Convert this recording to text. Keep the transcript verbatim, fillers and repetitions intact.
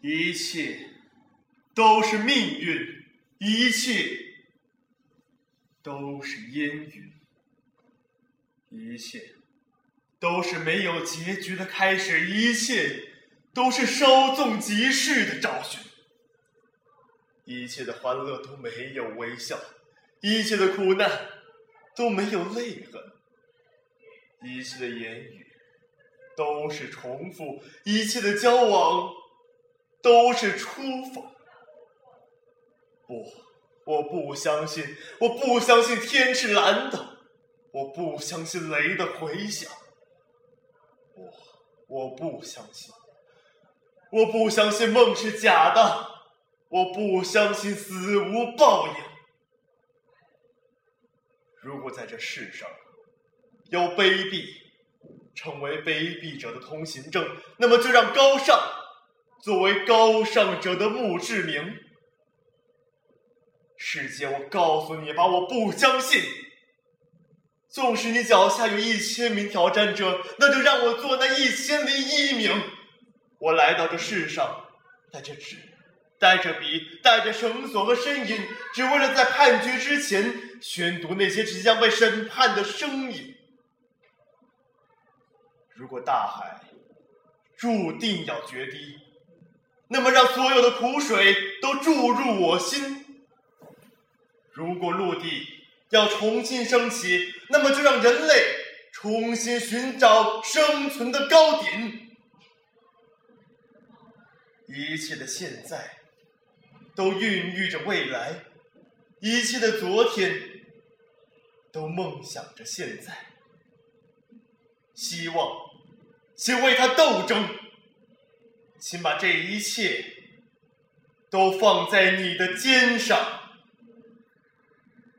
一切都是命运，一切都是烟云，一切都是没有结局的开始，一切都是稍纵即逝的找寻。一切的欢乐都没有微笑，一切的苦难都没有泪痕，一切的言语都是重复，一切的交往都是初逢。不，我不相信，我不相信天是蓝的，我不相信雷的回响，我我不相信，我不相信梦是假的，我不相信死无报应。如果在这世上有卑鄙成为卑鄙者的通行证，那么就让高尚作为高尚者的墓志铭。世界，我告诉你吧，我不相信。纵使你脚下有一千名挑战者，那就让我做那一千零一名。我来到这世上，带着纸，带着笔，带着绳索和呻吟，只为了在判决之前宣读那些即将被审判的声音。如果大海注定要决堤，那么让所有的苦水都注入我心。如果陆地要重新升起，那么就让人类重新寻找生存的高点。一切的现在都孕育着未来，一切的昨天都梦想着现在。希望，请为它斗争，请把这一切都放在你的肩上。